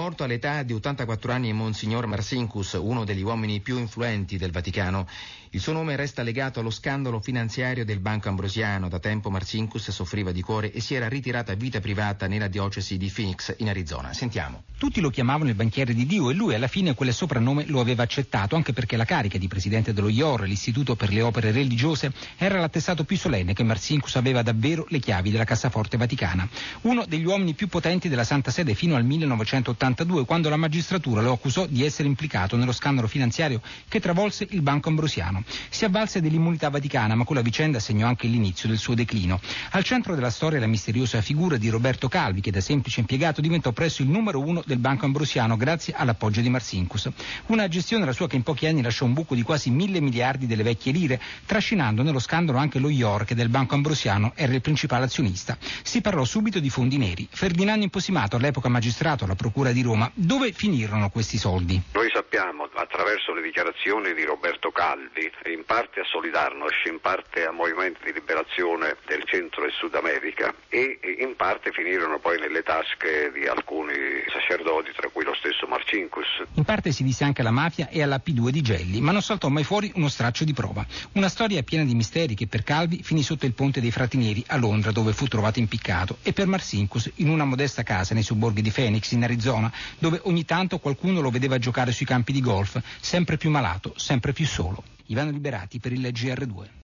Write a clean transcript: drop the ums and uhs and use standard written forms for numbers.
morto all'età di 84 anni Monsignor Marcinkus, uno degli uomini più influenti del Vaticano. Il suo nome resta legato allo scandalo finanziario del Banco Ambrosiano. Da tempo Marcinkus soffriva di cuore e si era ritirato a vita privata nella diocesi di Phoenix, in Arizona. Sentiamo. Tutti lo chiamavano il banchiere di Dio e lui alla fine quel soprannome lo aveva accettato, anche perché la carica di presidente dello IOR, l'Istituto per le Opere Religiose, era l'attestato più solenne che Marcinkus aveva davvero le chiavi della cassaforte vaticana. Uno degli uomini più potenti della Santa Sede fino al 1982, quando la magistratura lo accusò di essere implicato nello scandalo finanziario che travolse il Banco Ambrosiano. Si avvalse dell'immunità vaticana, ma quella vicenda segnò anche l'inizio del suo declino. Al centro della storia la misteriosa figura di Roberto Calvi, che da semplice impiegato diventò presso il numero 1 del Banco Ambrosiano grazie all'appoggio di Marcinkus. Una gestione la sua che in pochi anni lasciò un buco di quasi 1.000 miliardi delle vecchie lire, trascinando nello scandalo anche lo IOR, che del Banco Ambrosiano era il principale azionista. Si parlò subito di fondi neri. Ferdinando Imposimato, all'epoca magistrato alla Procura di Roma, dove finirono questi soldi? Noi sappiamo, attraverso le dichiarazioni di Roberto Calvi, in parte a Solidarnosc, in parte a Movimento di Liberazione del Centro e Sud America, e in parte finirono poi nelle tasche di alcuni sacerdoti, tra cui lo stesso Marcinkus. In parte si disse anche alla mafia e alla P2 di Gelli, ma non saltò mai fuori uno straccio di prova. Una storia piena di misteri che per Calvi finì sotto il ponte dei Frati Neri a Londra, dove fu trovato impiccato, e per Marcinkus in una modesta casa nei sobborghi di Phoenix, in Arizona, dove ogni tanto qualcuno lo vedeva giocare sui campi di golf, sempre più malato, sempre più solo. Ivano Liberati per il GR2.